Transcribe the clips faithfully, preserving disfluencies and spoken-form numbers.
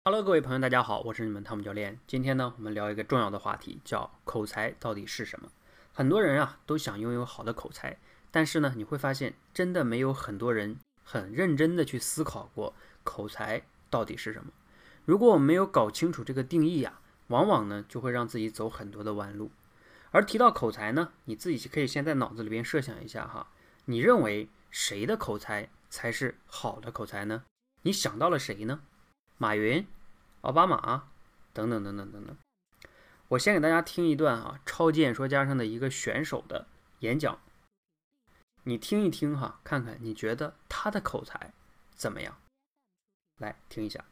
Hello， 各位朋友，大家好，我是你们汤姆教练。今天呢，我们聊一个重要的话题，叫口才到底是什么？很多人啊都想拥有好的口才，但是呢，你会发现真的没有很多人很认真的去思考过口才到底是什么。如果我们没有搞清楚这个定义啊，往往呢就会让自己走很多的弯路。而提到口才呢，你自己可以先在脑子里边设想一下哈，你认为谁的口才才是好的口才呢？你想到了谁呢？马云、奥巴马等等等等等等。我先给大家听一段啊，超级演说家上的一个选手的演讲，你听一听哈，看看你觉得他的口才怎么样？来听一下。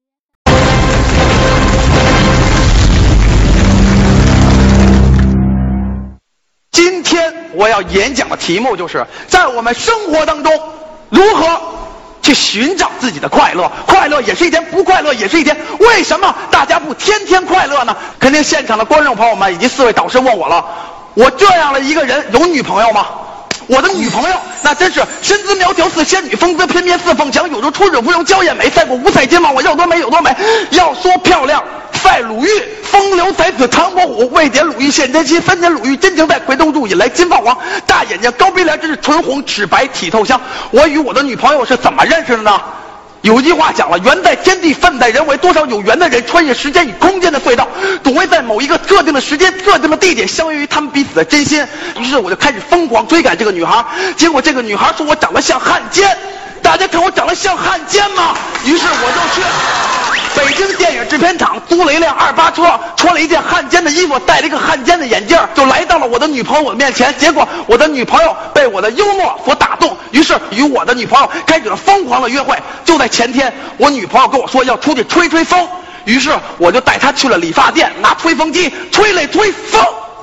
今天我要演讲的题目就是在我们生活当中如何去寻找自己的快乐，快乐也是一天，不快乐也是一天。为什么大家不天天快乐呢？肯定现场的观众朋友们以及四位导师问我了，我这样的一个人有女朋友吗？我的女朋友那真是身姿苗条似仙女，风姿翩翩似凤墙，有如出水芙蓉娇艳美，赛过五彩金王，我要多美有多美。要说漂亮赛鲁豫，风流才子唐伯虎，未点鲁豫献真心，三点鲁豫真情在，回头入引来金凤凰。大眼睛高鼻梁，真是唇红齿白体透香。我与我的女朋友是怎么认识的呢？有一句话讲了，缘在天地，份在人为。多少有缘的人穿越时间与空间的隧道，总会在某一个特定的时间、特定的地点相遇于他们彼此的真心。于是我就开始疯狂追赶这个女孩，结果这个女孩说我长得像汉奸。大家看我长得像汉奸吗？于是我就去北京电影制片厂租了一辆二八车，穿了一件汉奸的衣服，戴了一个汉奸的眼镜，就来到了我的女朋友面前。结果我的女朋友被我的幽默所打动，于是与我的女朋友开始了疯狂的约会。就在前天，我女朋友跟我说要出去吹吹风，于是我就带她去了理发店，拿吹风机吹了吹风。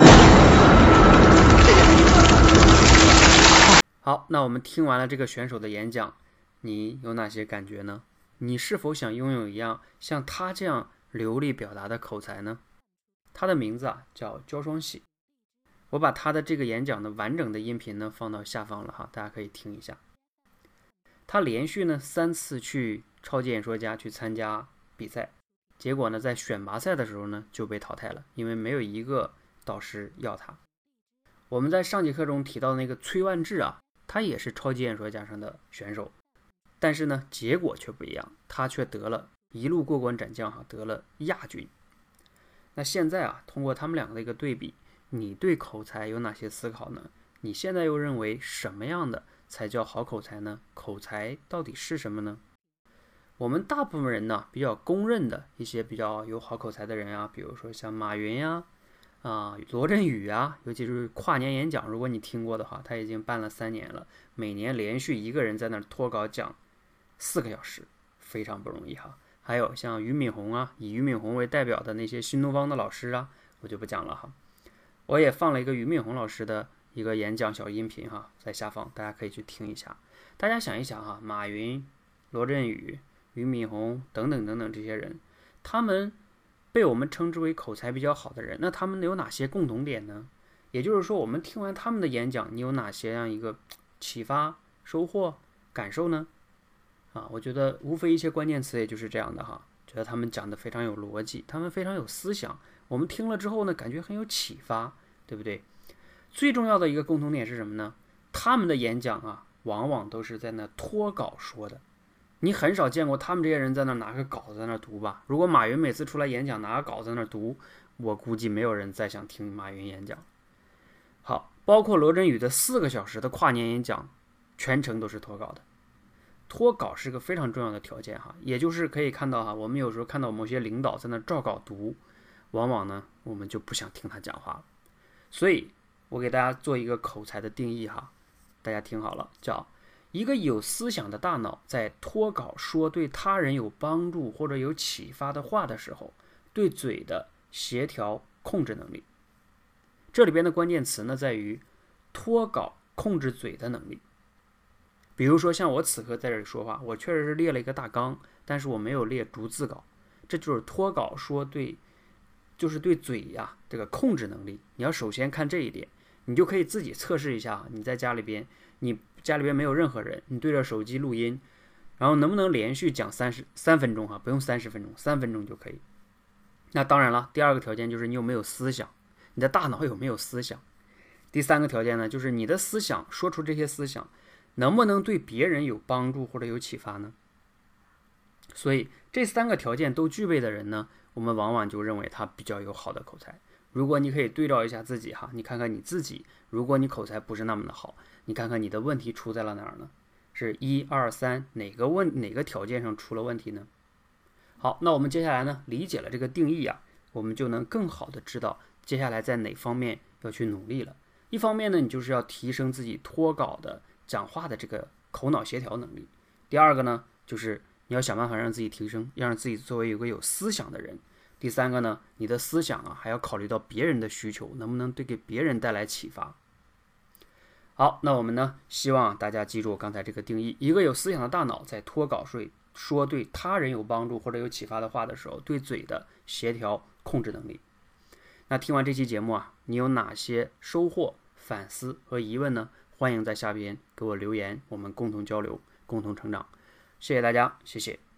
好，那我们听完了这个选手的演讲，你有哪些感觉呢？你是否想拥有一样像他这样流利表达的口才呢？他的名字啊叫焦双喜，我把他的这个演讲的完整的音频呢放到下方了哈，大家可以听一下。他连续呢三次去超级演说家去参加比赛，结果呢在选拔赛的时候呢就被淘汰了，因为没有一个导师要他。我们在上节课中提到的那个崔万志啊，他也是超级演说家上的选手，但是呢结果却不一样，他却得了一路过关斩将哈，得了亚军。那现在啊，通过他们两个的一个对比，你对口才有哪些思考呢？你现在又认为什么样的才叫好口才呢？口才到底是什么呢？我们大部分人呢比较公认的一些比较有好口才的人啊，比如说像马云呀、啊、啊罗振宇啊，尤其是跨年演讲，如果你听过的话，他已经办了三年了，每年连续一个人在那儿脱稿讲四个小时，非常不容易哈。还有像俞敏洪啊，以俞敏洪为代表的那些新东方的老师啊，我就不讲了哈。我也放了一个俞敏洪老师的一个演讲小音频哈，在下方大家可以去听一下。大家想一想哈，马云、罗振宇、俞敏洪等等等等这些人，他们被我们称之为口才比较好的人，那他们有哪些共同点呢？也就是说，我们听完他们的演讲，你有哪些样一个启发、收获、感受呢？啊，我觉得无非一些关键词，也就是这样的哈。觉得他们讲的非常有逻辑，他们非常有思想，我们听了之后呢，感觉很有启发，对不对？最重要的一个共同点是什么呢？他们的演讲啊，往往都是在那脱稿说的。你很少见过他们这些人在那拿个稿子在那读吧？如果马云每次出来演讲拿个稿子在那读，我估计没有人再想听马云演讲。好，包括罗振宇的四个小时的跨年演讲，全程都是脱稿的。脱稿是个非常重要的条件哈，也就是可以看到哈，我们有时候看到某些领导在那照稿读，往往呢我们就不想听他讲话了。所以我给大家做一个口才的定义哈，大家听好了，叫一个有思想的大脑在脱稿说对他人有帮助或者有启发的话的时候，对嘴的协调控制能力。这里边的关键词呢在于脱稿控制嘴的能力。比如说像我此刻在这里说话，我确实是列了一个大纲，但是我没有列逐字稿，这就是脱稿说对，就是对嘴呀、啊、这个控制能力。你要首先看这一点，你就可以自己测试一下。你在家里边，你家里边没有任何人，你对着手机录音， 然后能不能连续讲三十三分钟哈，不用三十分钟，三分钟就可以。那当然了，第二个条件就是你有没有思想，你的大脑有没有思想。第三个条件呢，就是你的思想说出这些思想，能不能对别人有帮助或者有启发呢？所以这三个条件都具备的人呢，我们往往就认为他比较有好的口才。如果你可以对照一下自己哈，你看看你自己，如果你口才不是那么的好，你看看你的问题出在了哪儿呢？是一二三哪个问哪个条件上出了问题呢？好，那我们接下来呢，理解了这个定义啊，我们就能更好的知道接下来在哪方面要去努力了。一方面呢，你就是要提升自己脱稿的讲话的这个口脑协调能力。第二个呢，就是你要想办法让自己提升，要让自己作为一个有思想的人。第三个呢，你的思想啊还要考虑到别人的需求，能不能对给别人带来启发。好，那我们呢，希望大家记住刚才这个定义：一个有思想的大脑在脱稿说说对他人有帮助或者有启发的话的时候，对嘴的协调控制能力。那听完这期节目啊，你有哪些收获、反思和疑问呢？欢迎在下边给我留言，我们共同交流，共同成长。谢谢大家，谢谢。